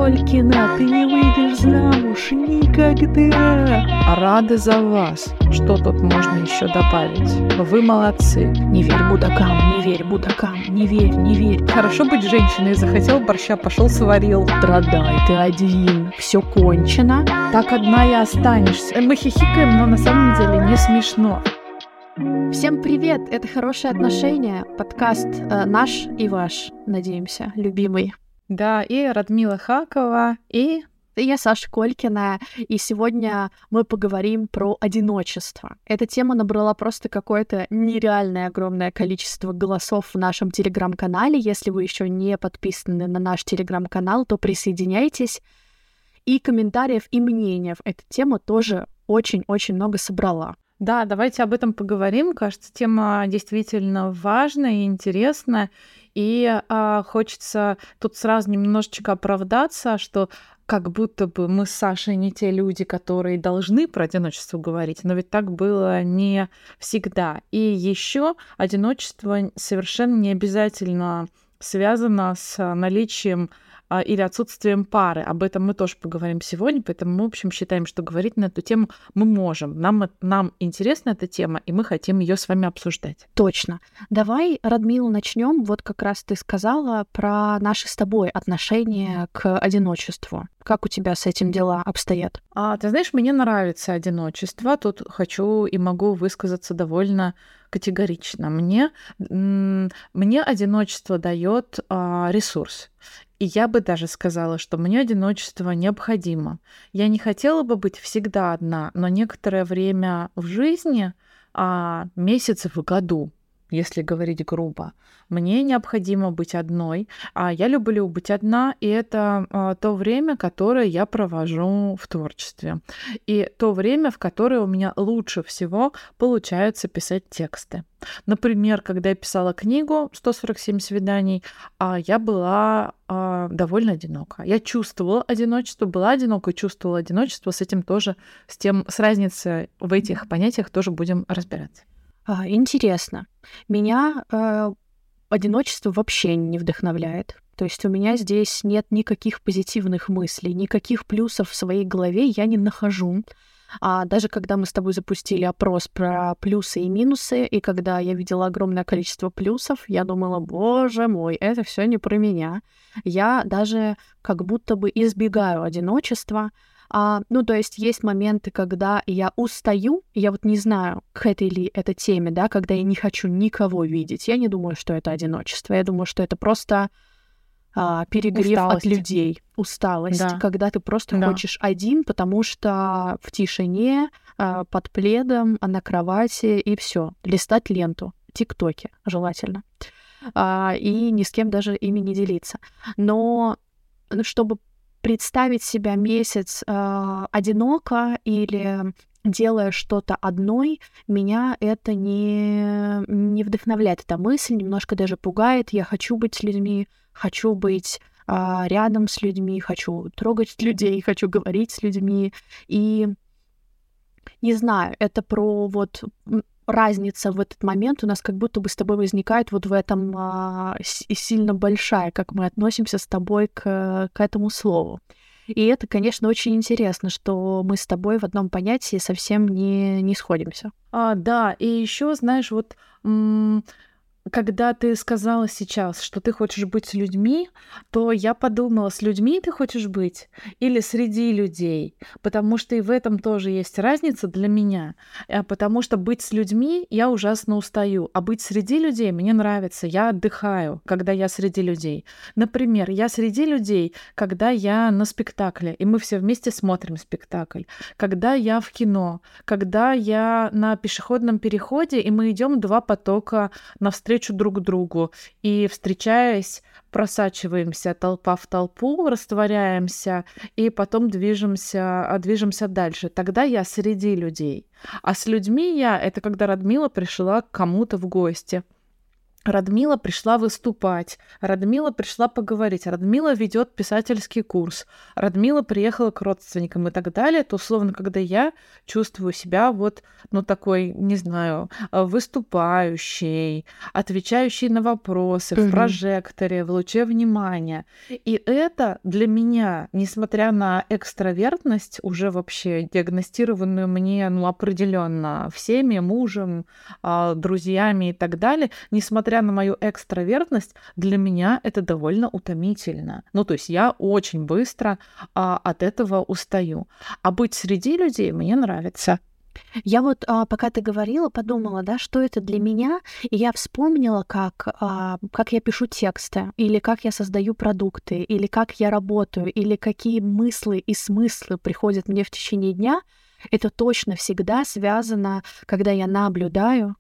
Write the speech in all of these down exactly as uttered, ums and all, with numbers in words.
Колькина, ты не выйдешь замуж никогда. Рады за вас. Что тут можно еще добавить? Вы молодцы. Не верь мудакам, не верь мудакам, не верь, не верь. Хорошо быть женщиной. Захотел борща, пошел сварил. Страдай, ты один. Все кончено. Так одна и останешься. Мы хихикаем, но на самом деле не смешно. Всем привет! Это «Хорошие отношения», подкаст э, наш и ваш, надеемся, любимый. Да, и Радмила Хакова, и... И я Саша Колькина, и сегодня мы поговорим про одиночество. Эта тема набрала просто какое-то нереальное огромное количество голосов в нашем телеграм-канале. Если вы еще не подписаны на наш телеграм-канал, то присоединяйтесь. И комментариев, и мнений эта тема тоже очень-очень много собрала. Да, давайте об этом поговорим. Кажется, тема действительно важная и интересная. И а, хочется тут сразу немножечко оправдаться, что как будто бы мы с Сашей не те люди, которые должны про одиночество говорить, но ведь так было не всегда. И еще одиночество совершенно не обязательно связано с наличием или отсутствием пары. Об этом мы тоже поговорим сегодня, поэтому мы, в общем, считаем, что говорить на эту тему мы можем. Нам, нам интересна эта тема, и мы хотим ее с вами обсуждать. Точно. Давай, Радмила, начнем. Вот как раз ты сказала про наши с тобой отношения к одиночеству. Как у тебя с этим дела обстоят? А, ты знаешь, мне нравится одиночество. Тут хочу и могу высказаться довольно категорично. Мне, мне одиночество дает а, ресурс. И я бы даже сказала, что мне одиночество необходимо. Я не хотела бы быть всегда одна, но некоторое время в жизни, а, месяцев в году, если говорить грубо, мне необходимо быть одной. А я люблю быть одна, и это а, то время, которое я провожу в творчестве. И то время, в которое у меня лучше всего получается писать тексты. Например, когда я писала книгу «сто сорок семь свиданий», а, я была а, довольно одинока. Я чувствовала одиночество, была одинока, чувствовала одиночество. С этим тоже, с тем, с разницей в этих понятиях тоже будем разбираться. А, интересно. Меня э, одиночество вообще не вдохновляет. То есть у меня здесь нет никаких позитивных мыслей, никаких плюсов в своей голове я не нахожу. А даже когда мы с тобой запустили опрос про плюсы и минусы, и когда я видела огромное количество плюсов, я думала, боже мой, это все не про меня. Я даже как будто бы избегаю одиночества. А, ну, то есть есть моменты, когда я устаю, я вот не знаю, к этой ли это теме, да, когда я не хочу никого видеть. Я не думаю, что это одиночество. Я думаю, что это просто а, перегрев усталость. от людей, усталость, Да. когда ты просто Да. хочешь один, потому что в тишине, а, под пледом, а, на кровати, и все, листать ленту, тиктоки желательно, а, и ни с кем даже ими не делиться. Но чтобы представить себя месяц э, одиноко или делая что-то одной, меня это не, не вдохновляет. Эта мысль немножко даже пугает. Я хочу быть с людьми, хочу быть э, рядом с людьми, хочу трогать людей, хочу говорить с людьми. И не знаю, это про вот разница в этот момент у нас как будто бы с тобой возникает вот в этом а, и сильно большая, как мы относимся с тобой к, к этому слову. И это, конечно, очень интересно, что мы с тобой в одном понятии совсем не, не сходимся. А, да, и еще, знаешь, вот м- когда ты сказала сейчас, что ты хочешь быть с людьми, то я подумала, с людьми ты хочешь быть или среди людей? Потому что и в этом тоже есть разница для меня. А Потому что быть с людьми я ужасно устаю, а быть среди людей мне нравится. Я отдыхаю, когда я среди людей. Например, я среди людей, когда я на спектакле, и мы все вместе смотрим спектакль. Когда я в кино, когда я на пешеходном переходе, и мы идем два потока навстречу друг другу, и, встречаясь, просачиваемся толпа в толпу, растворяемся, и потом движемся, а, движемся дальше. Тогда я среди людей. А с людьми я, это когда Радмила пришла к кому-то в гости. Радмила пришла выступать, Радмила пришла поговорить, Радмила ведет писательский курс, Радмила приехала к родственникам и так далее, то условно, когда я чувствую себя вот, ну, такой, не знаю, выступающей, отвечающей на вопросы, mm-hmm. в прожекторе, в луче внимания. И это для меня, несмотря на экстравертность, уже вообще диагностированную мне, ну, определенно всеми, мужем, друзьями и так далее, несмотря на мою экстравертность, для меня это довольно утомительно. Ну, то есть я очень быстро а, от этого устаю. А быть среди людей мне нравится. Я вот, а, пока ты говорила, подумала, да, что это для меня, и я вспомнила, как, а, как я пишу тексты, или как я создаю продукты, или как я работаю, или какие мысли и смыслы приходят мне в течение дня. Это точно всегда связано, когда я наблюдаю,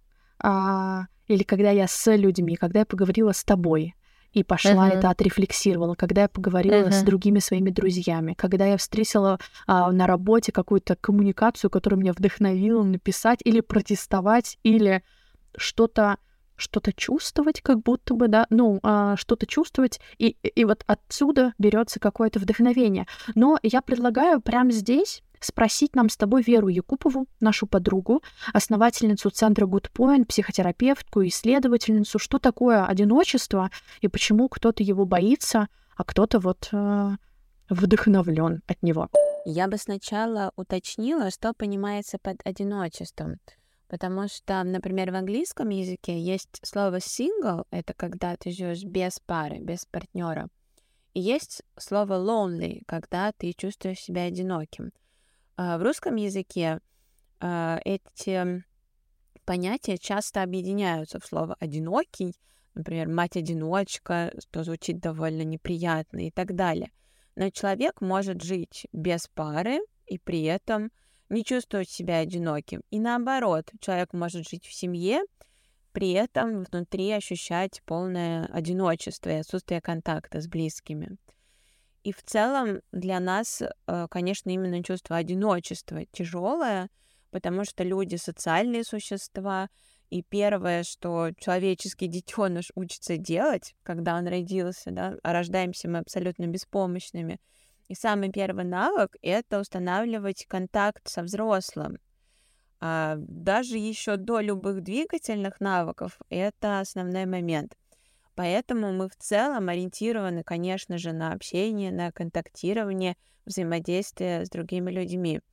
а, или когда я с людьми, когда я поговорила с тобой и пошла uh-huh. это отрефлексировала, когда я поговорила uh-huh. с другими своими друзьями, когда я встретила а, на работе какую-то коммуникацию, которая меня вдохновила написать или протестовать, или что-то что-то чувствовать, как будто бы, да, ну, а, что-то чувствовать, и, и вот отсюда берется какое-то вдохновение. Но я предлагаю прямо здесь спросить нам с тобой Веру Якупову, нашу подругу, основательницу центра Good Point, психотерапевтку, исследовательницу, что такое одиночество и почему кто-то его боится, а кто-то вот э, вдохновлен от него. Я бы сначала уточнила, что понимается под одиночеством, потому что, например, в английском языке есть слово single, это когда ты живешь без пары, без партнера, и есть слово lonely, когда ты чувствуешь себя одиноким. В русском языке э, эти понятия часто объединяются в слово «одинокий», например, «мать-одиночка», что звучит довольно неприятно и так далее. Но человек может жить без пары и при этом не чувствовать себя одиноким. И наоборот, человек может жить в семье, при этом внутри ощущать полное одиночество и отсутствие контакта с близкими. И в целом для нас, конечно, именно чувство одиночества тяжелое, потому что люди социальные существа, и первое, что человеческий детеныш учится делать, когда он родился, да, а рождаемся мы абсолютно беспомощными. И самый первый навык — это устанавливать контакт со взрослым. А даже еще до любых двигательных навыков это основной момент. Поэтому мы в целом ориентированы, конечно же, на общение, на контактирование, взаимодействие с другими людьми.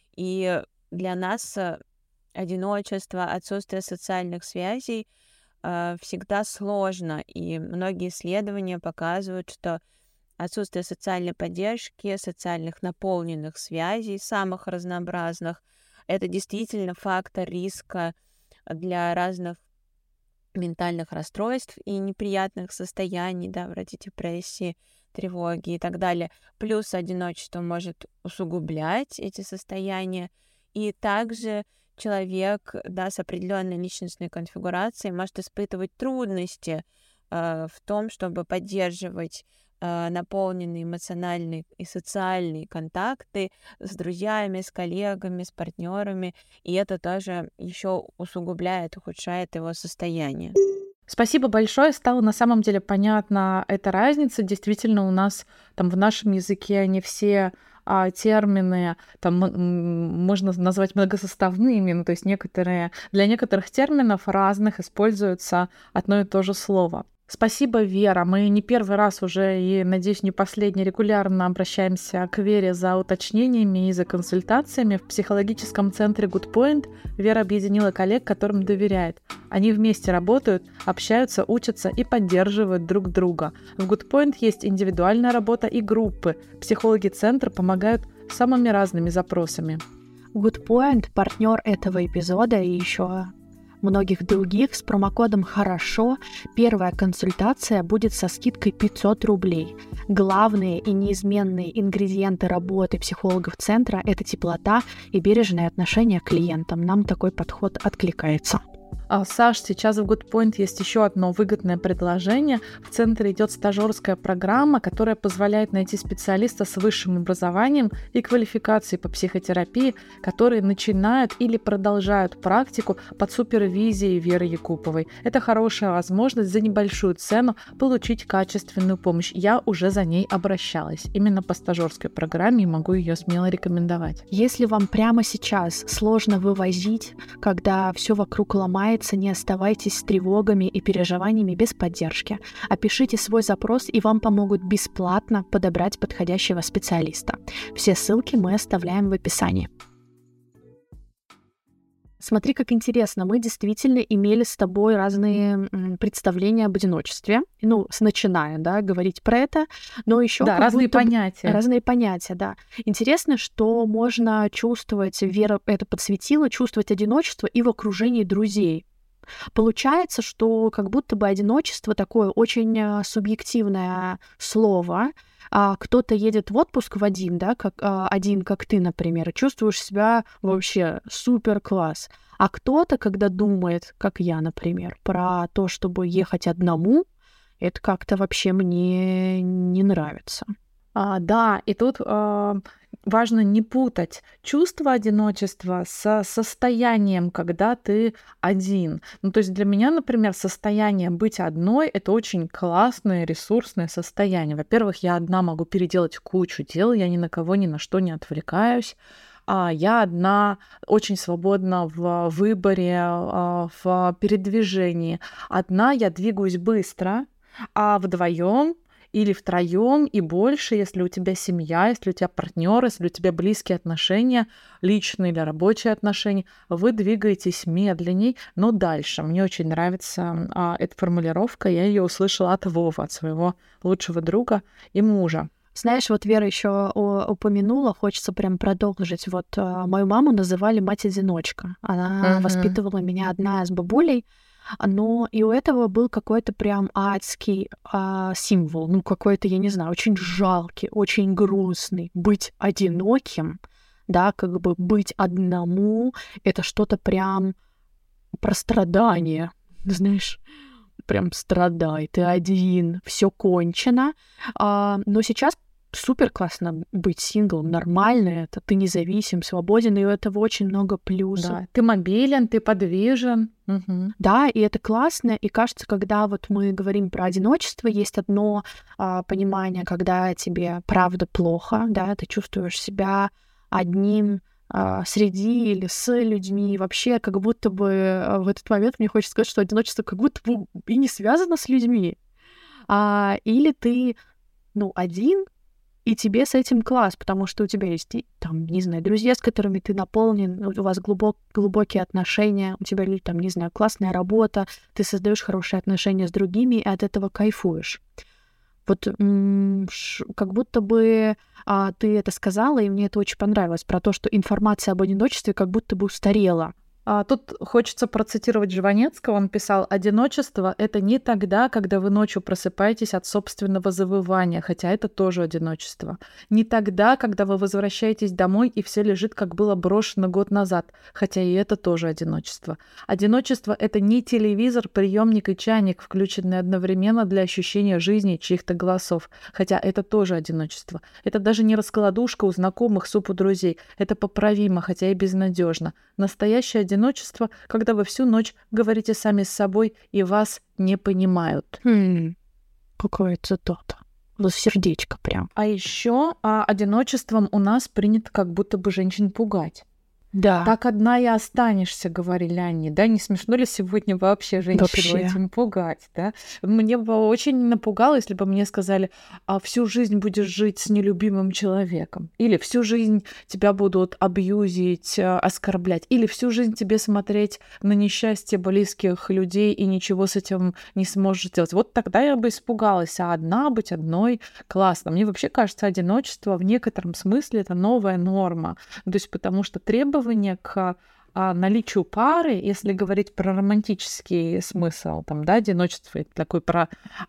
И для нас одиночество, отсутствие социальных связей э, всегда сложно. И многие исследования показывают, что отсутствие социальной поддержки, социальных наполненных связей, самых разнообразных, это действительно фактор риска для разных ментальных расстройств и неприятных состояний, да, вроде депрессии, тревоги и так далее. Плюс одиночество может усугублять эти состояния. И также человек, да, с определенной личностной конфигурацией может испытывать трудности э, в том, чтобы поддерживать э, наполненные эмоциональные и социальные контакты с друзьями, с коллегами, с партнерами. И это тоже еще усугубляет, ухудшает его состояние. Спасибо большое. Стало на самом деле понятна эта разница. Действительно, у нас там в нашем языке они все а, термины там можно назвать многосоставными, ну, то есть некоторые, для некоторых терминов разных используется одно и то же слово. Спасибо, Вера. Мы не первый раз уже, и, надеюсь, не последний, регулярно обращаемся к Вере за уточнениями и за консультациями. В психологическом центре Good Point Вера объединила коллег, которым доверяет. Они вместе работают, общаются, учатся и поддерживают друг друга. В Good Point есть индивидуальная работа и группы. Психологи центра помогают самыми разными запросами. Good Point — партнер этого эпизода и еще многих других с промокодом «Хорошо». Первая консультация будет со скидкой пятьсот рублей. Главные и неизменные ингредиенты работы психологов центра — это теплота и бережное отношение к клиентам. Нам такой подход откликается. А, Саш, сейчас в GoodPoint есть еще одно выгодное предложение. В центре идет стажерская программа, которая позволяет найти специалиста с высшим образованием и квалификацией по психотерапии, которые начинают или продолжают практику под супервизией Веры Якуповой. Это хорошая возможность за небольшую цену получить качественную помощь. Я уже за ней обращалась. Именно по стажерской программе и могу ее смело рекомендовать. Если вам прямо сейчас сложно вывозить, когда все вокруг ломается, не оставайтесь с тревогами и переживаниями без поддержки. Опишите свой запрос, и вам помогут бесплатно подобрать подходящего специалиста. Все ссылки мы оставляем в описании. Смотри, как интересно, мы действительно имели с тобой разные представления об одиночестве, ну, с начиная, да, говорить про это, но еще да, разные понятия. Разные понятия, да. Интересно, что можно чувствовать, Вера это подсветила, чувствовать одиночество и в окружении друзей. Получается, что как будто бы одиночество такое очень субъективное слово. А кто-то едет в отпуск в один, да, как а, один, как ты, например, и чувствуешь себя вообще супер класс. А кто-то, когда думает, как я, например, про то, чтобы ехать одному, это как-то вообще мне не нравится. А, да, и тут а, важно не путать чувство одиночества с состоянием, когда ты один. Ну, то есть для меня, например, состояние быть одной — это очень классное, ресурсное состояние. Во-первых, я одна могу переделать кучу дел, я ни на кого, ни на что не отвлекаюсь. А я одна очень свободна в выборе, в передвижении. Одна я двигаюсь быстро, а вдвоем или втроем и больше, если у тебя семья, если у тебя партнер, если у тебя близкие отношения, личные или рабочие отношения, вы двигаетесь медленней, но дальше. Мне очень нравится а, эта формулировка, я ее услышала от Вовы, от своего лучшего друга и мужа. Знаешь, вот Вера еще упомянула, хочется прям продолжить. Вот а, мою маму называли мать-одиночка. Она uh-huh. воспитывала меня одна с бабулей. Но и у этого был какой-то прям адский а, символ, ну какой-то, я не знаю, очень жалкий, очень грустный. Быть одиноким, да, как бы быть одному, это что-то прям про страдание, знаешь, прям страдай, ты один, все кончено. А, но сейчас супер классно быть синглом, нормально это, ты независим, свободен, и у этого очень много плюсов. Да, ты мобилен, ты подвижен. Угу. Да, и это классно, и кажется, когда вот мы говорим про одиночество, есть одно а, понимание, когда тебе правда плохо, да, ты чувствуешь себя одним а, среди или с людьми, вообще как будто бы в этот момент мне хочется сказать, что одиночество как будто бы и не связано с людьми. А, или ты, ну, один, и тебе с этим класс, потому что у тебя есть, там, не знаю, друзья, с которыми ты наполнен, у вас глубок, глубокие отношения, у тебя, там, не знаю, классная работа, ты создаешь хорошие отношения с другими и от этого кайфуешь. Вот м- ш- как будто бы а, ты это сказала, и мне это очень понравилось, про то, что информация об одиночестве как будто бы устарела. А тут хочется процитировать Жванецкого. Он писал: «Одиночество — это не тогда, когда вы ночью просыпаетесь от собственного завывания, хотя это тоже одиночество. Не тогда, когда вы возвращаетесь домой, и все лежит, как было брошено год назад, хотя и это тоже одиночество. Одиночество — это не телевизор, приемник и чайник, включенные одновременно для ощущения жизни чьих-то голосов, хотя это тоже одиночество. Это даже не раскладушка у знакомых, суп у друзей. Это поправимо, хотя и безнадежно. Настоящее одиночество, когда вы всю ночь говорите сами с собой и вас не понимают». Хм, какая цитата. Вот сердечко прям. А еще а, одиночеством у нас принято как будто бы женщин пугать. Да. Так одна и останешься, говорили они, да? Не смешно ли сегодня вообще женщину Вообще. этим пугать, да? Мне бы очень напугало, если бы мне сказали: а всю жизнь будешь жить с нелюбимым человеком, или всю жизнь тебя будут абьюзить, оскорблять, или всю жизнь тебе смотреть на несчастье близких людей и ничего с этим не сможешь сделать. Вот тогда я бы испугалась, а одна быть одной классно. Мне вообще кажется, одиночество в некотором смысле это новая норма, то есть потому что требования к а, наличию пары, если говорить про романтический смысл, там, да, одиночество, это такой про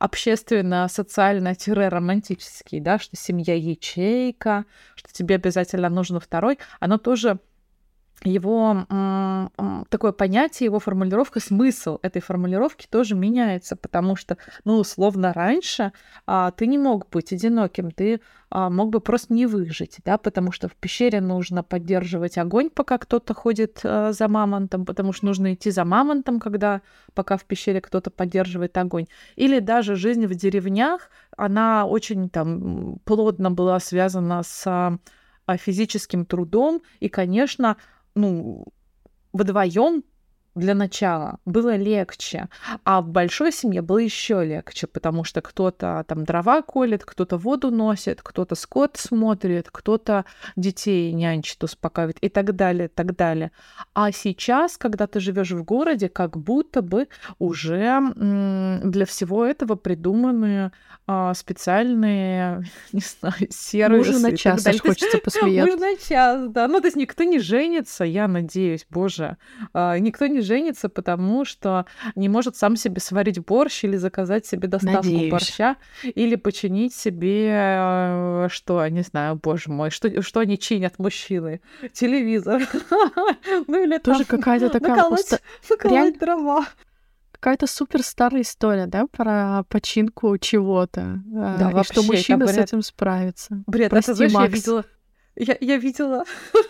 общественно-социально-романтический, да, что семья ячейка, что тебе обязательно нужно второй, оно тоже его м, м, такое понятие, его формулировка, смысл этой формулировки тоже меняется, потому что, ну, условно, раньше а, ты не мог быть одиноким, ты а, мог бы просто не выжить, да, потому что в пещере нужно поддерживать огонь, пока кто-то ходит а, за мамонтом, потому что нужно идти за мамонтом, когда пока в пещере кто-то поддерживает огонь. Или даже жизнь в деревнях, она очень там плотно была связана с а, физическим трудом, и, конечно, ну, вдвоем для начала было легче, а в большой семье было еще легче, потому что кто-то там дрова колет, кто-то воду носит, кто-то скот смотрит, кто-то детей нянчит, успокаивает и так далее, так далее. А сейчас, когда ты живешь в городе, как будто бы уже м, для всего этого придуманы а, специальные, не знаю, сервисы. Мужу на час, аж хочется посмеяться. Муж на час, да. Ну, то есть никто не женится, я надеюсь, боже. А, никто не женится, потому что не может сам себе сварить борщ или заказать себе доставку Надеюсь. борща, или починить себе, э, что, не знаю, боже мой, что, что они чинят, мужчины? Телевизор. Ну, или Тоже там какая-то такая наколоть, уста- наколоть реально дрова. какая-то супер старая история, да, про починку чего-то. а, Да, и вообще, что это мужчина с бред. этим справится. Бред, Прости, это, знаешь, я Макс. видела, я, я видела,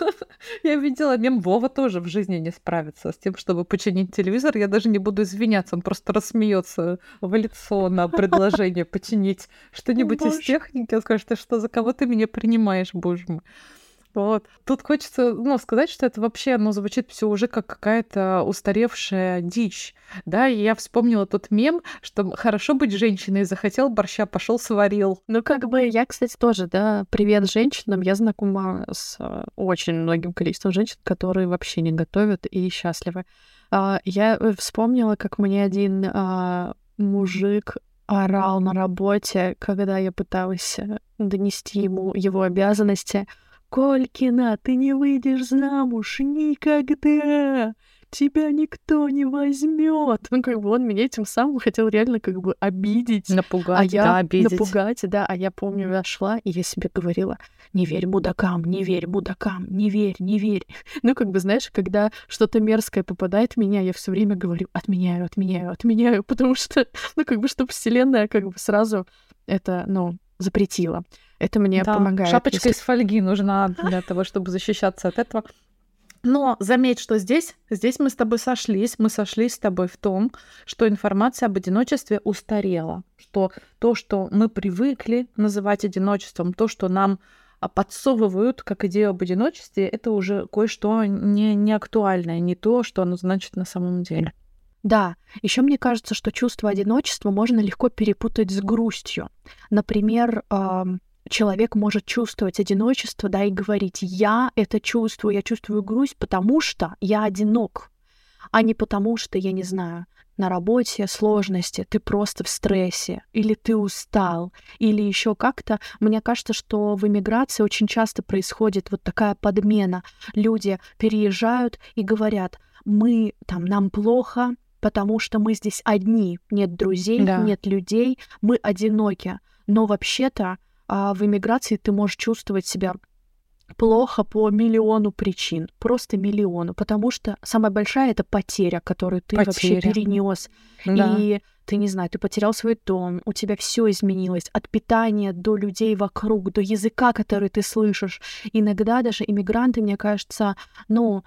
я видела мем Вова тоже в жизни не справится с тем, чтобы починить телевизор. Я даже не буду извиняться, он просто рассмеется в лицо на предложение починить что-нибудь из Боже. техники. Он скажет: ты что, за кого ты меня принимаешь, боже мой? Вот. Тут хочется, ну, сказать, что это вообще, ну, звучит все уже как какая-то устаревшая дичь, да, и я вспомнила тот мем, что хорошо быть женщиной, захотел борща, пошел сварил. Ну, как бы я, кстати, тоже, да, привет женщинам. Я знакома с а, очень многим количеством женщин, которые вообще не готовят и счастливы. А, я э, вспомнила, как мне один а, мужик орал на работе, когда я пыталась э, донести ему его обязанности. Колькина, ты не выйдешь замуж никогда! Тебя никто не возьмет. Ну, как бы он меня этим самым хотел реально как бы обидеть. Напугать, А я да, обидеть. напугать, да, а я помню, я шла, и я себе говорила: не верь мудакам, не верь мудакам, не верь, не верь. Ну, как бы, знаешь, когда что-то мерзкое попадает в меня, я все время говорю: отменяю, отменяю, отменяю, потому что, ну, как бы, чтобы вселенная как бы сразу это, ну, запретила. Это мне Да, помогает. шапочка если- из фольги нужна для того, чтобы защищаться от этого. Но заметь, что здесь, здесь мы с тобой сошлись, мы сошлись с тобой в том, что информация об одиночестве устарела, что то, что мы привыкли называть одиночеством, то, что нам а, подсовывают как идею об одиночестве, это уже кое-что не, не актуальное, не то, что оно значит на самом деле. Да, еще мне кажется, что чувство одиночества можно легко перепутать с грустью. Например, ам, человек может чувствовать одиночество, да, и говорить: я это чувствую, я чувствую грусть, потому что я одинок, а не потому что, я не знаю, на работе сложности, ты просто в стрессе, или ты устал, или еще как-то. Мне кажется, что в эмиграции очень часто происходит вот такая подмена. Люди переезжают и говорят: мы там, нам плохо, потому что мы здесь одни, нет друзей, Да. нет людей, мы одиноки. Но вообще-то а, в эмиграции ты можешь чувствовать себя плохо по миллиону причин, просто миллиону, потому что самая большая — это потеря, которую ты вообще Потеря. перенес, Да. и ты, не знаю, ты потерял свой дом, у тебя все изменилось, от питания до людей вокруг, до языка, который ты слышишь. Иногда даже иммигранты, мне кажется, ну,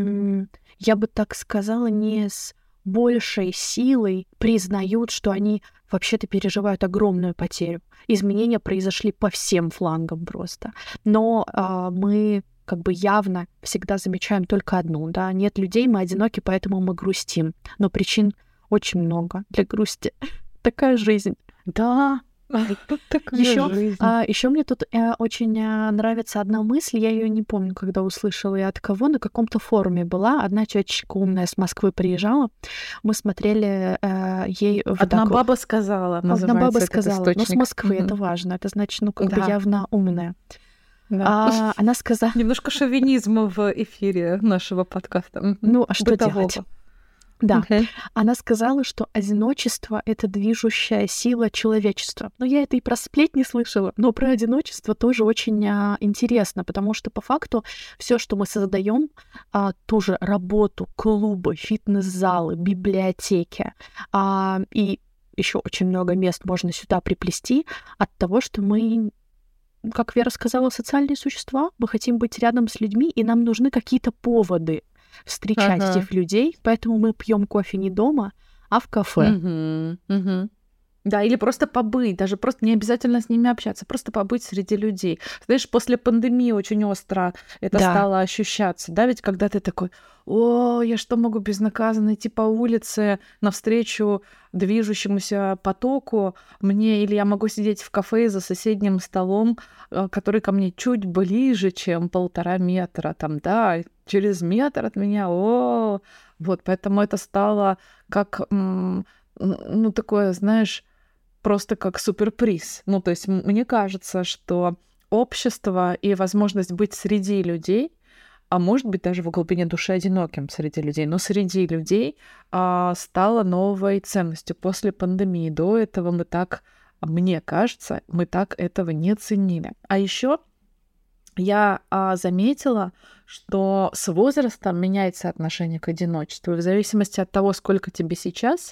м, я бы так сказала, не с большей силой признают, что они вообще-то переживают огромную потерю. Изменения произошли по всем флангам просто. Но а, мы как бы явно всегда замечаем только одну, да, нет людей, мы одиноки, поэтому мы грустим. Но причин очень много для грусти. Такая жизнь. Да. Такая Еще, жизнь. а, еще мне тут э, очень э, нравится одна мысль, я ее не помню, когда услышала и от кого, на каком-то форуме была. Одна тетечка умная с Москвы приезжала, мы смотрели э, ей в Одна такой- баба сказала, Одна называется баба этот сказала, но с источник. Москвы, Мгм. это важно, это значит, ну, как бы Да. явно умная. Да. А, она сказала, Немножко шовинизма в эфире нашего подкаста. Мгм. ну, а что Бытового. делать? Да, Окей. она сказала, что одиночество — это движущая сила человечества. Но я это и про сплетни слышала, но про одиночество тоже очень а, интересно, потому что по факту все, что мы создаем, а, ту же работу, клубы, фитнес-залы, библиотеки, а, и еще очень много мест можно сюда приплести от того, что мы, как Вера сказала, социальные существа, мы хотим быть рядом с людьми, и нам нужны какие-то поводы встречать Ага. этих людей, поэтому мы пьем кофе не дома, а в кафе. Мгм, мгм. Да, или просто побыть, даже просто не обязательно с ними общаться, просто побыть среди людей. Знаешь, после пандемии очень остро это Да, стало ощущаться, да, ведь когда ты такой, о, я что могу безнаказанно идти по улице навстречу движущемуся потоку, мне, или я могу сидеть в кафе за соседним столом, э, который ко мне чуть ближе, чем полтора метра, там, да, через метр от меня, о, вот, поэтому это стало как, м, н- ну, такое, знаешь, просто как суперприз. Ну, то есть м- мне кажется, что общество и возможность быть среди людей, а может быть даже в глубине души одиноким среди людей, но среди людей а, стало новой ценностью после пандемии. До этого мы так, мне кажется, мы так этого не ценили. А еще я а, заметила, что с возрастом меняется отношение к одиночеству. И в зависимости от того, сколько тебе сейчас,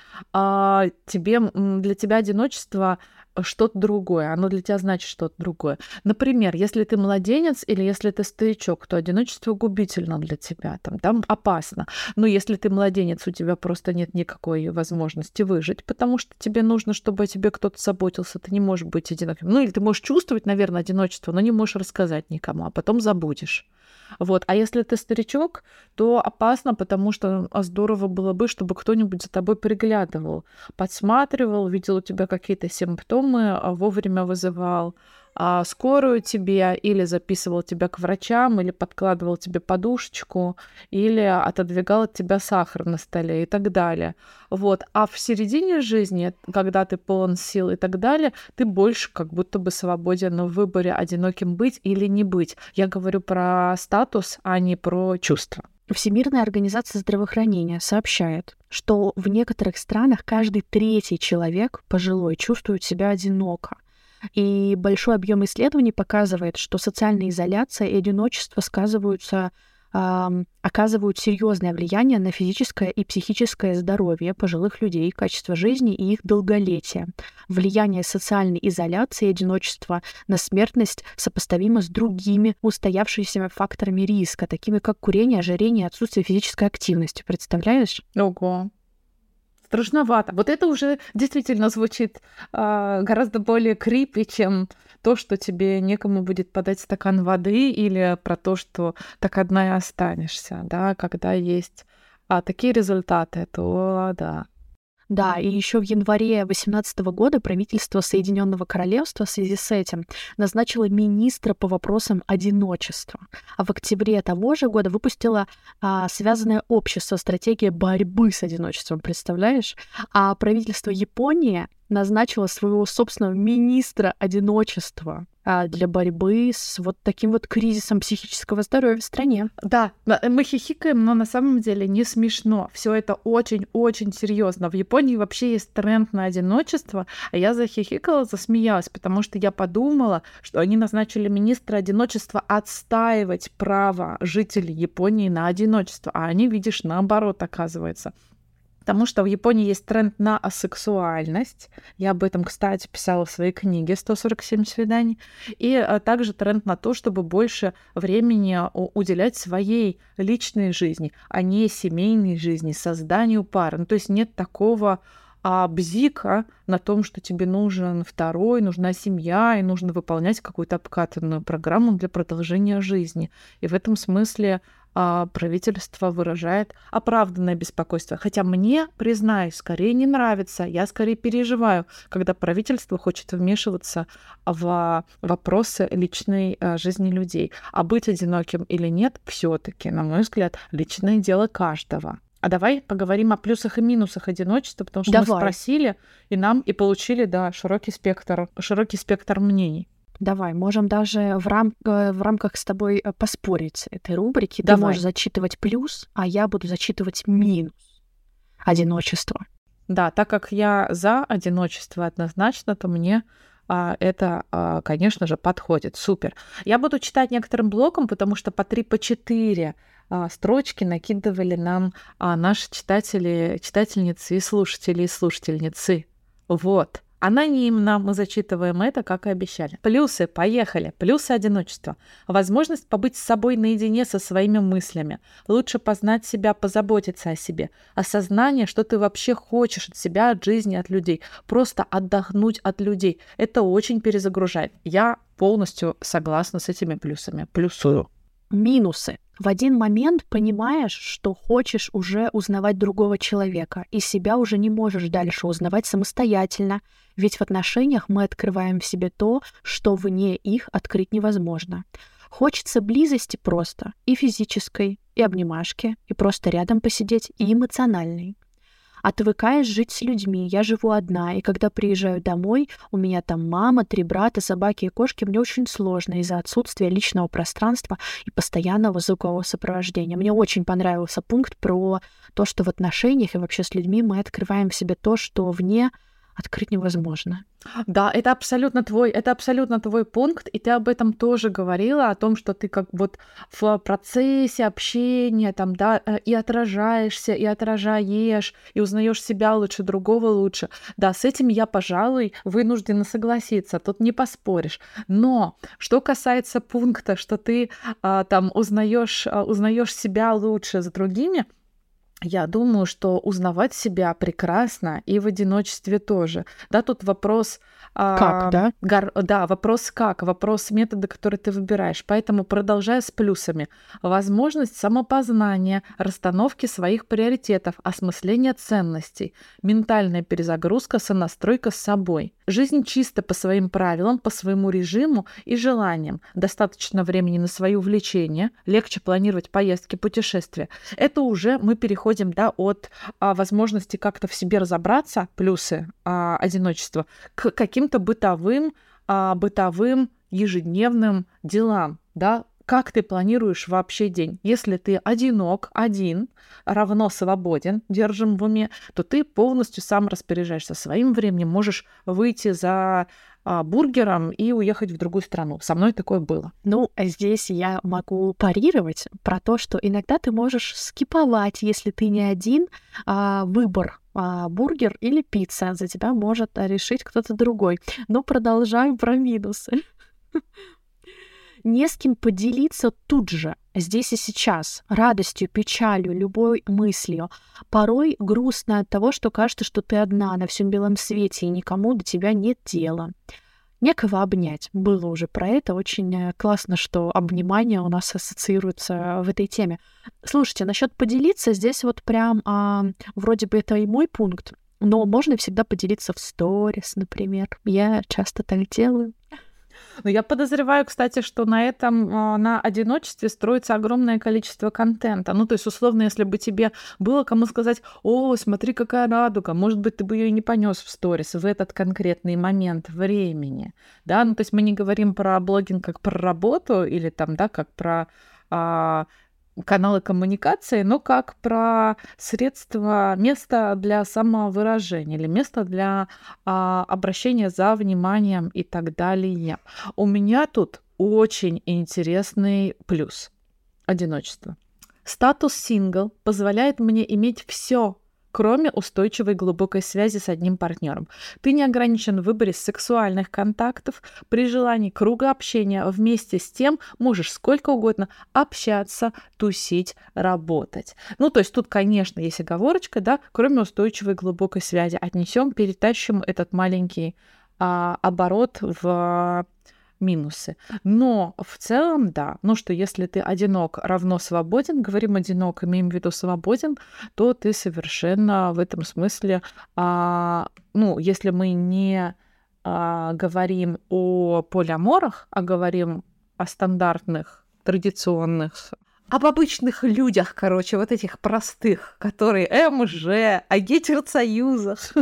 а, тебе, м, для тебя одиночество э, что-то другое, оно для тебя значит что-то другое. Например, если ты младенец или если ты старичок, то одиночество губительно для тебя, там, там опасно. Но если ты младенец, у тебя просто нет никакой возможности выжить, потому что тебе нужно, чтобы о тебе кто-то заботился, ты не можешь быть одиноким. Ну или ты можешь чувствовать, наверное, одиночество, но не можешь рассказать никому, а потом забудешь. Вот. А если ты старичок, то опасно, потому что а, здорово было бы, чтобы кто-нибудь за тобой приглядывал, подсматривал, видел у тебя какие-то симптомы, а, вовремя вызывал а, скорую тебе, или записывал тебя к врачам, или подкладывал тебе подушечку, или отодвигал от тебя сахар на столе и так далее. Вот. А в середине жизни, когда ты полон сил и так далее, ты больше как будто бы свободен в выборе, одиноким быть или не быть. Я говорю про статус, а не про чувства. Всемирная организация здравоохранения сообщает, что в некоторых странах каждый третий человек пожилой чувствует себя одиноко. И большой объем исследований показывает, что социальная изоляция и одиночество сказываются, ам, оказывают серьезное влияние на физическое и психическое здоровье пожилых людей, качество жизни и их долголетие. Влияние социальной изоляции и одиночества на смертность сопоставимо с другими устоявшимися факторами риска, такими как курение, ожирение и отсутствие физической активности. Представляешь? Ого. Страшновато. Вот это уже действительно звучит а, гораздо более крипи, чем то, что тебе некому будет подать стакан воды, или про то, что так одна и останешься, да, когда есть а, такие результаты, то да. Да, и еще в январе две тысячи восемнадцатого года правительство Соединенного Королевства в связи с этим назначило министра по вопросам одиночества. А в октябре того же года выпустило а, связанное общество «Стратегия борьбы с одиночеством», представляешь? А правительство Японии назначило своего собственного министра одиночества а, для борьбы с вот таким вот кризисом психического здоровья в стране. Да, да, мы хихикаем, но на самом деле не смешно. Все это очень-очень серьезно. В Японии вообще есть тренд на одиночество, а я захихикала, засмеялась, потому что я подумала, что они назначили министра одиночества отстаивать право жителей Японии на одиночество, а они, видишь, наоборот, оказывается. Потому что в Японии есть тренд на асексуальность. Я об этом, кстати, писала в своей книге «сто сорок семь свиданий». И а, также тренд на то, чтобы больше времени у- уделять своей личной жизни, а не семейной жизни, созданию пары. Ну, то есть нет такого а, бзика на том, что тебе нужен второй, нужна семья, и нужно выполнять какую-то обкатанную программу для продолжения жизни. И в этом смысле а, правительство выражает оправданное беспокойство. Хотя мне, признаюсь, скорее не нравится, я скорее переживаю, когда правительство хочет вмешиваться в вопросы личной а, жизни людей. А быть одиноким или нет, все-таки, на мой взгляд, личное дело каждого. А давай поговорим о плюсах и минусах одиночества, потому что мы Давай. спросили, и нам и получили, да, широкий спектр, широкий спектр мнений. Давай, можем даже в, рам- э, в рамках с тобой э, поспорить этой рубрики. Ты Давай. можешь зачитывать плюс, а я буду зачитывать минус. одиночество. Да, так как я за одиночество однозначно, то мне а, это, а, конечно же, подходит. Супер. Я буду читать некоторым блоком, потому что по три, по четыре а, строчки накидывали нам а, наши читатели, читательницы и слушатели, и слушательницы. Вот. Анонимно мы зачитываем это, как и обещали. Плюсы, поехали. Плюсы одиночества. Возможность побыть с собой наедине со своими мыслями. Лучше познать себя, позаботиться о себе. Осознание, что ты вообще хочешь от себя, от жизни, от людей. Просто отдохнуть от людей. Это очень перезагружает. Я полностью согласна с этими плюсами. Плюсую. Минусы. В один момент понимаешь, что хочешь уже узнавать другого человека, и себя уже не можешь дальше узнавать самостоятельно, ведь в отношениях мы открываем в себе то, что вне их открыть невозможно. Хочется близости просто, и физической, и обнимашки, и просто рядом посидеть, и эмоциональной. Отвыкаешь жить с людьми. Я живу одна, и когда приезжаю домой, у меня там мама, три брата, собаки и кошки. Мне очень сложно из-за отсутствия личного пространства и постоянного звукового сопровождения. Мне очень понравился пункт про то, что в отношениях и вообще с людьми мы открываем в себе то, что вне открыть невозможно. Да, это абсолютно твой, это абсолютно твой пункт, и ты об этом тоже говорила, о том, что ты как вот в процессе общения там, да, и отражаешься, и отражаешь, и узнаешь себя лучше, другого лучше. Да, с этим я, пожалуй, вынуждена согласиться, тут не поспоришь. Но что касается пункта, что ты а, там узнаешь, а, узнаешь себя лучше с другими, я думаю, что узнавать себя прекрасно и в одиночестве тоже. Да, тут вопрос... Как, а, да? Гор, да, вопрос как, вопрос метода, который ты выбираешь. Поэтому, продолжая с плюсами, возможность самопознания, расстановки своих приоритетов, осмысления ценностей, ментальная перезагрузка, сонастройка с собой. Жизнь чисто по своим правилам, по своему режиму и желаниям. Достаточно времени на свои увлечения, легче планировать поездки, путешествия. Это уже мы переходим, да, от а, возможности как-то в себе разобраться, плюсы а, одиночества, к каким-то бытовым, а, бытовым ежедневным делам, да. Как ты планируешь вообще день? Если ты одинок, один, равно свободен, держим в уме, то ты полностью сам распоряжаешься своим временем, можешь выйти за а, бургером и уехать в другую страну. Со мной такое было. Ну, здесь я могу парировать про то, что иногда ты можешь скиповать, если ты не один, а, выбор. А, бургер или пицца за тебя может решить кто-то другой. Но продолжаем про минусы. Не с кем поделиться тут же, здесь и сейчас, радостью, печалью, любой мыслью. Порой грустно от того, что кажется, что ты одна на всем белом свете, и никому до тебя нет дела. Некого обнять. Было уже про это. Очень классно, что обнимание у нас ассоциируется в этой теме. Слушайте, насчет поделиться, здесь вот прям а, вроде бы это и мой пункт, но можно всегда поделиться в сторис, например. Я часто так делаю. Но я подозреваю, кстати, что на этом, на одиночестве строится огромное количество контента. Ну, то есть, условно, если бы тебе было кому сказать: о, смотри, какая радуга, может быть, ты бы ее и не понес в сторис в этот конкретный момент времени. Да, ну, то есть мы не говорим про блогинг как про работу или там, да, как про... А, каналы коммуникации, но как про средство, место для самовыражения или место для а, обращения за вниманием и так далее. У меня тут очень интересный плюс. Одиночество. Статус сингл позволяет мне иметь все, кроме устойчивой глубокой связи с одним партнером. Ты не ограничен в выборе сексуальных контактов. При желании круга общения вместе с тем можешь сколько угодно общаться, тусить, работать. Ну, то есть тут, конечно, есть оговорочка, да, кроме устойчивой глубокой связи. Отнесем, перетащим этот маленький а, оборот в минусы. Но в целом, да, ну что если ты одинок равно свободен, говорим одинок, имеем в виду свободен, то ты совершенно в этом смысле, а, ну, если мы не а, говорим о полиаморах, а говорим о стандартных, традиционных, об обычных людях, короче, вот этих простых, которые эм жэ, о гетеросоюзах,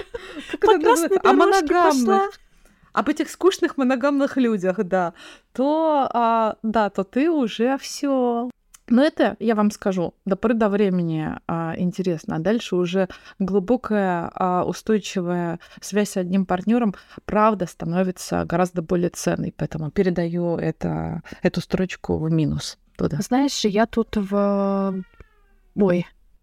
о моногамных, об этих скучных моногамных людях, да, то, а, да, то ты уже все, Но это, я вам скажу, до поры до времени а, интересно. А дальше уже глубокая, а, устойчивая связь с одним партнером, правда, становится гораздо более ценной. Поэтому передаю это, эту строчку в минус туда. Знаешь, я тут в... Ой,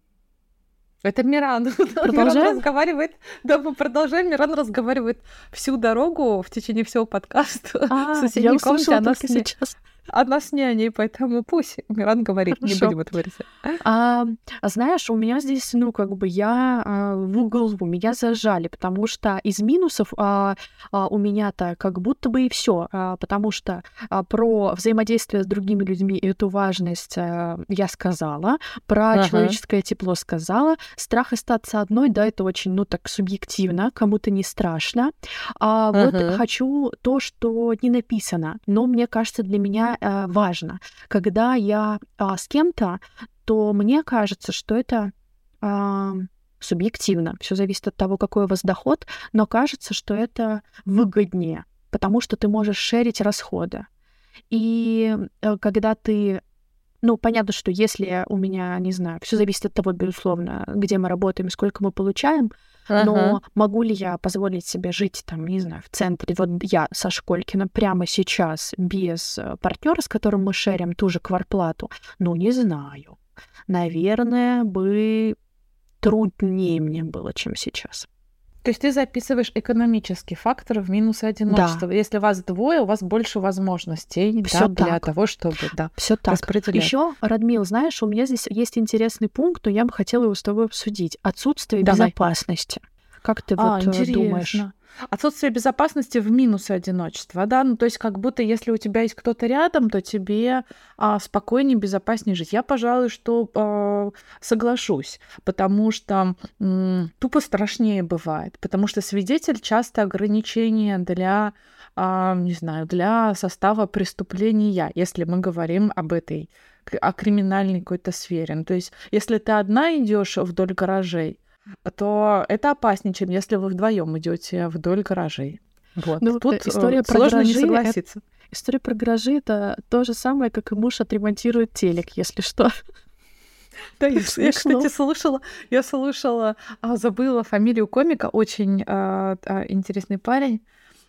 Это Миран. Миран продолжаем? разговаривает. Да, мы продолжаем. Миран разговаривает всю дорогу в течение всего подкаста. В А, я соседней комнате услышала она только с, не- сейчас. она с няней, поэтому пусть Миран говорит. Не Хорошо. будем этого вырезать. А, а знаешь, у меня здесь, ну, как бы я а, в угол, меня зажали, потому что из минусов а, а, у меня-то как будто бы и все, потому что а, про взаимодействие с другими людьми и эту важность а, я сказала, про Ага. человеческое тепло сказала, страх остаться одной, да, это очень, ну, так субъективно, кому-то не страшно. А вот Ага. хочу то, что не написано, но мне кажется, для меня а, важно. Когда я а, с кем-то, то мне кажется, что это а, субъективно. Все зависит от того, какой у вас доход, но кажется, что это выгоднее, потому что ты можешь шерить расходы. И э, когда ты, ну, понятно, что если у меня, не знаю, все зависит от того, безусловно, где мы работаем, сколько мы получаем, Ага. но могу ли я позволить себе жить там, не знаю, в центре, вот я со Школькина прямо сейчас без партнера, с которым мы шерим ту же квартплату? Ну, не знаю. Наверное, бы труднее мне было, чем сейчас. То есть ты записываешь экономический фактор в минус одиночества. Если вас двое, у вас больше возможностей, Всё да, для так. того, чтобы да, Все так. распределять. Еще, Радмил, знаешь, у меня здесь есть интересный пункт, но я бы хотела его с тобой обсудить. Отсутствие Давай. безопасности. Как ты А, вот э, думаешь? интересно. Отсутствие безопасности в минус одиночества, да? Ну, то есть как будто если у тебя есть кто-то рядом, то тебе а, спокойнее, безопаснее жить. Я, пожалуй, что а, соглашусь, потому что м, тупо страшнее бывает, потому что свидетель часто ограничение для, а, не знаю, для состава преступления, если мы говорим об этой, к- о криминальной какой-то сфере. Ну, то есть если ты одна идешь вдоль гаражей, то это опаснее, чем если вы вдвоем идете вдоль гаражей. Вот. Ну, Тут э, история э, про сложно не гаражи — это- согласиться. История про гаражи — это то же самое, как и муж отремонтирует телек, если что. Да, я, я, Смешно. кстати, слушала, я слушала, а, забыла фамилию комика, очень а, а, интересный парень.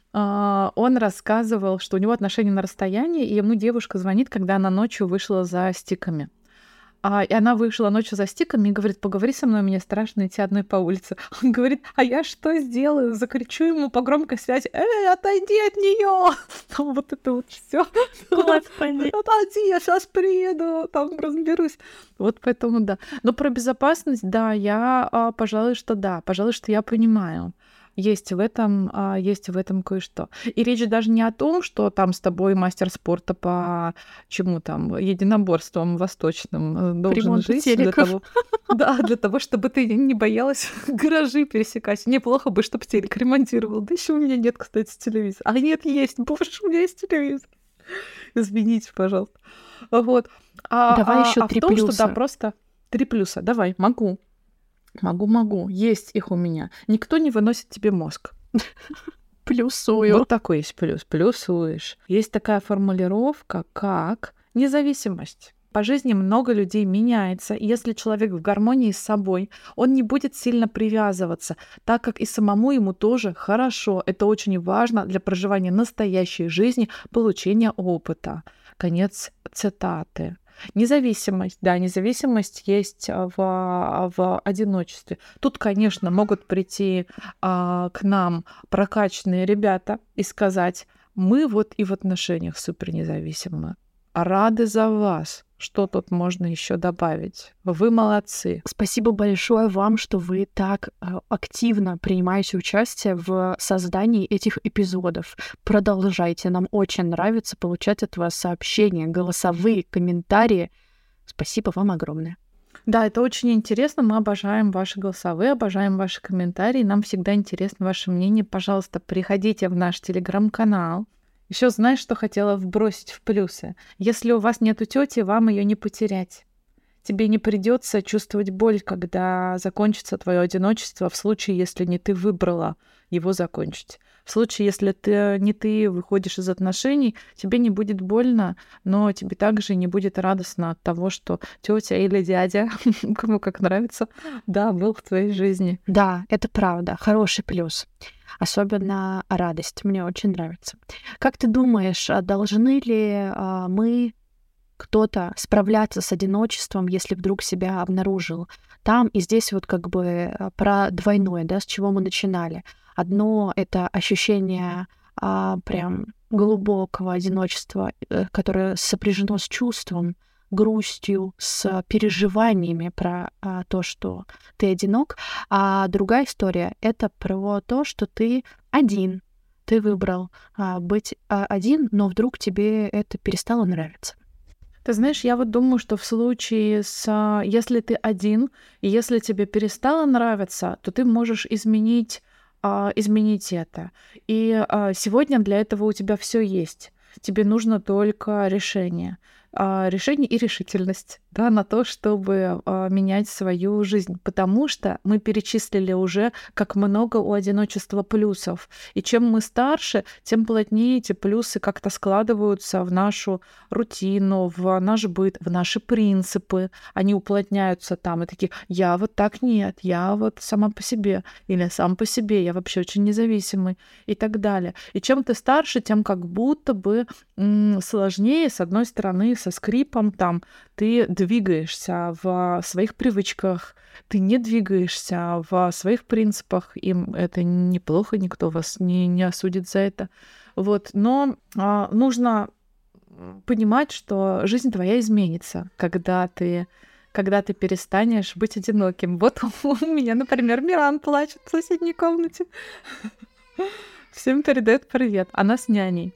А, он рассказывал, что у него отношения на расстоянии, и ему девушка звонит, когда она ночью вышла за стиками. А, и она вышла ночью за стиками и говорит: поговори со мной, мне страшно идти одной по улице. Он говорит: а я что сделаю? Закричу ему по громкой связи: эй, отойди от нее! Вот это вот все. Господи. Отойди, я сейчас приеду, там разберусь. Вот поэтому да. Но про безопасность, да, я, а, пожалуй, что да, пожалуй, что я понимаю. Есть в этом, а, есть в этом кое-что. И речь даже не о том, что там с тобой мастер спорта по чему там, единоборствам восточным э, должен ремонту жить для телеков. того, да, для того, чтобы ты не боялась гаражи пересекать. Неплохо бы, чтобы телек ремонтировал. Да еще у меня нет, кстати, телевизора. А нет, есть. Боже, у меня есть телевизор. Извините, пожалуйста. Вот. А, Давай а- еще а в три том, что да, плюса. просто три плюса. Давай, могу. Могу, могу. Есть их у меня. Никто не выносит тебе мозг. Плюсую. Вот такой есть плюс. Плюсуешь. Есть такая формулировка, как независимость. По жизни много людей меняется. И если человек в гармонии с собой, он не будет сильно привязываться, так как и самому ему тоже хорошо. Это очень важно для проживания настоящей жизни, получения опыта. Конец цитаты. Независимость, да, независимость есть а, в, а, в одиночестве. Тут, конечно, могут прийти а, к нам прокачанные ребята и сказать: мы вот и в отношениях супер независимы. Рады за вас. Что тут можно еще добавить? Вы молодцы. Спасибо большое вам, что вы так э, активно принимаете участие в создании этих эпизодов. Продолжайте. Нам очень нравится получать от вас сообщения, голосовые, комментарии. Спасибо вам огромное. Да, это очень интересно. Мы обожаем ваши голосовые, обожаем ваши комментарии. Нам всегда интересно ваше мнение. Пожалуйста, приходите в наш телеграм-канал. Еще знаешь, что хотела вбросить в плюсы? Если у вас нету тети, вам ее не потерять. Тебе не придется чувствовать боль, когда закончится твое одиночество, в случае, если не ты выбрала его закончить. В случае, если ты, не ты выходишь из отношений, тебе не будет больно, но тебе также не будет радостно от того, что тетя или дядя, кому как нравится, да, был в твоей жизни. Да, это правда, хороший плюс. Особенно радость, мне очень нравится. Как ты думаешь, должны ли мы, кто-то, справляться с одиночеством, если вдруг себя обнаружил? Там и здесь вот как бы про двойное, да, с чего мы начинали. Одно — это ощущение а, прям глубокого одиночества, которое сопряжено с чувством, грустью, с переживаниями про а, то, что ты одинок. А другая история — это про то, что ты один. Ты выбрал а, быть а, один, но вдруг тебе это перестало нравиться. Ты знаешь, я вот думаю, что в случае с... Если ты один, и если тебе перестало нравиться, то ты можешь изменить, а, изменить это. И а, сегодня для этого у тебя все есть. Тебе нужно только решение. А, решение и решительность, да, на то, чтобы а, менять свою жизнь. Потому что мы перечислили уже, как много у одиночества плюсов. И чем мы старше, тем плотнее эти плюсы как-то складываются в нашу рутину, в наш быт, в наши принципы. Они уплотняются там. И такие: я вот так нет, я вот сама по себе. Или сам по себе, я вообще очень независимый. И так далее. И чем ты старше, тем как будто бы м- сложнее, с одной стороны, со скрипом там ты двигаешься в своих привычках, ты не двигаешься в своих принципах, им это неплохо, никто вас не, не осудит за это. Вот. Но а, нужно понимать, что жизнь твоя изменится, когда ты, когда ты перестанешь быть одиноким. Вот у меня, например, Миран плачет в соседней комнате. Всем передает привет. Она с няней.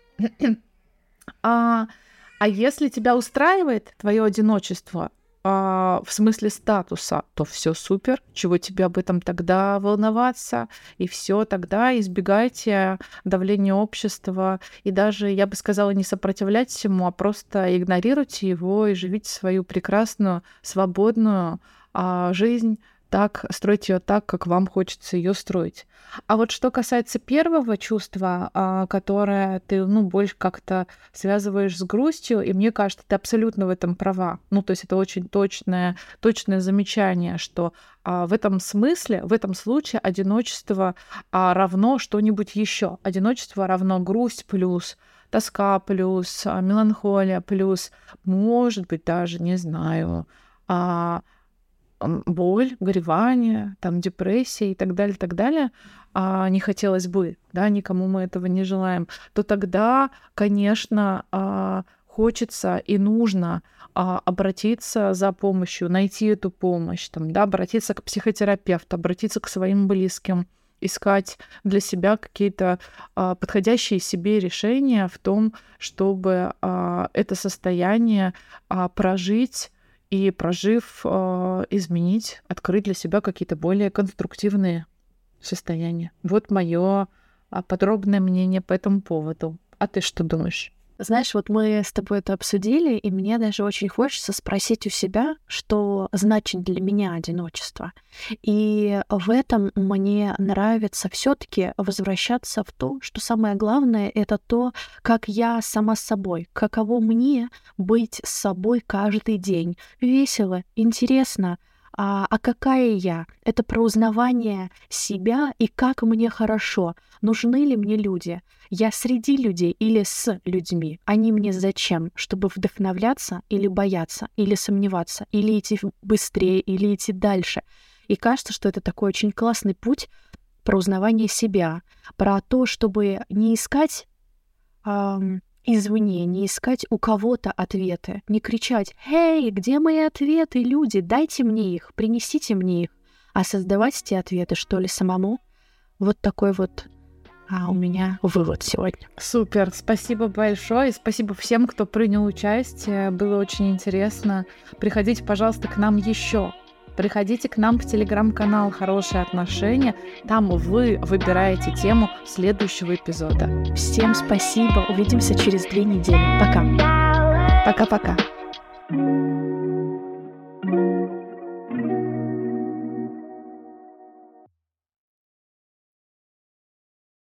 А, а если тебя устраивает твое одиночество, а, в смысле статуса, то все супер. Чего тебе об этом тогда волноваться? И все, тогда избегайте давления общества. И даже, я бы сказала, не сопротивляйтесь ему, а просто игнорируйте его и живите свою прекрасную, свободную а, жизнь. Так, стройте ее так, как вам хочется ее строить. А вот что касается первого чувства, которое ты, ну, больше как-то связываешь с грустью, и мне кажется, ты абсолютно в этом права. Ну, то есть это очень точное, точное замечание, что в этом смысле, в этом случае одиночество равно что-нибудь еще. Одиночество равно грусть плюс тоска плюс меланхолия плюс, может быть, даже, не знаю, боль, горевание, там, депрессия и так далее, так далее, а не хотелось бы, да, никому мы этого не желаем, то тогда, конечно, хочется и нужно обратиться за помощью, найти эту помощь, там, да, обратиться к психотерапевту, обратиться к своим близким, искать для себя какие-то а, подходящие себе решения в том, чтобы а, это состояние а, прожить, и, прожив, изменить, открыть для себя какие-то более конструктивные состояния. Вот мое подробное мнение по этому поводу. А ты что думаешь? Знаешь, вот мы с тобой это обсудили, и мне даже очень хочется спросить у себя, что значит для меня одиночество. И в этом мне нравится все-таки возвращаться в то, что самое главное — это то, как я сама с собой, каково мне быть с собой каждый день. Весело, интересно. А, а какая я? Это про узнавание себя и как мне хорошо. Нужны ли мне люди? Я среди людей или с людьми? Они мне зачем? Чтобы вдохновляться или бояться, или сомневаться, или идти быстрее, или идти дальше. И кажется, что это такой очень классный путь про узнавание себя, про то, чтобы не искать эм, извне, не искать у кого-то ответы, не кричать: «Эй, где мои ответы, люди? Дайте мне их, принесите мне их», а создавать эти ответы, что ли, самому. Вот такой вот а, у меня вывод сегодня. Супер, спасибо большое, спасибо всем, кто принял участие, было очень интересно. Приходите, пожалуйста, к нам еще. Приходите к нам в телеграм-канал «Хорошие отношения». Там вы выбираете тему следующего эпизода. Всем спасибо. Увидимся через две недели. Пока. Пока-пока.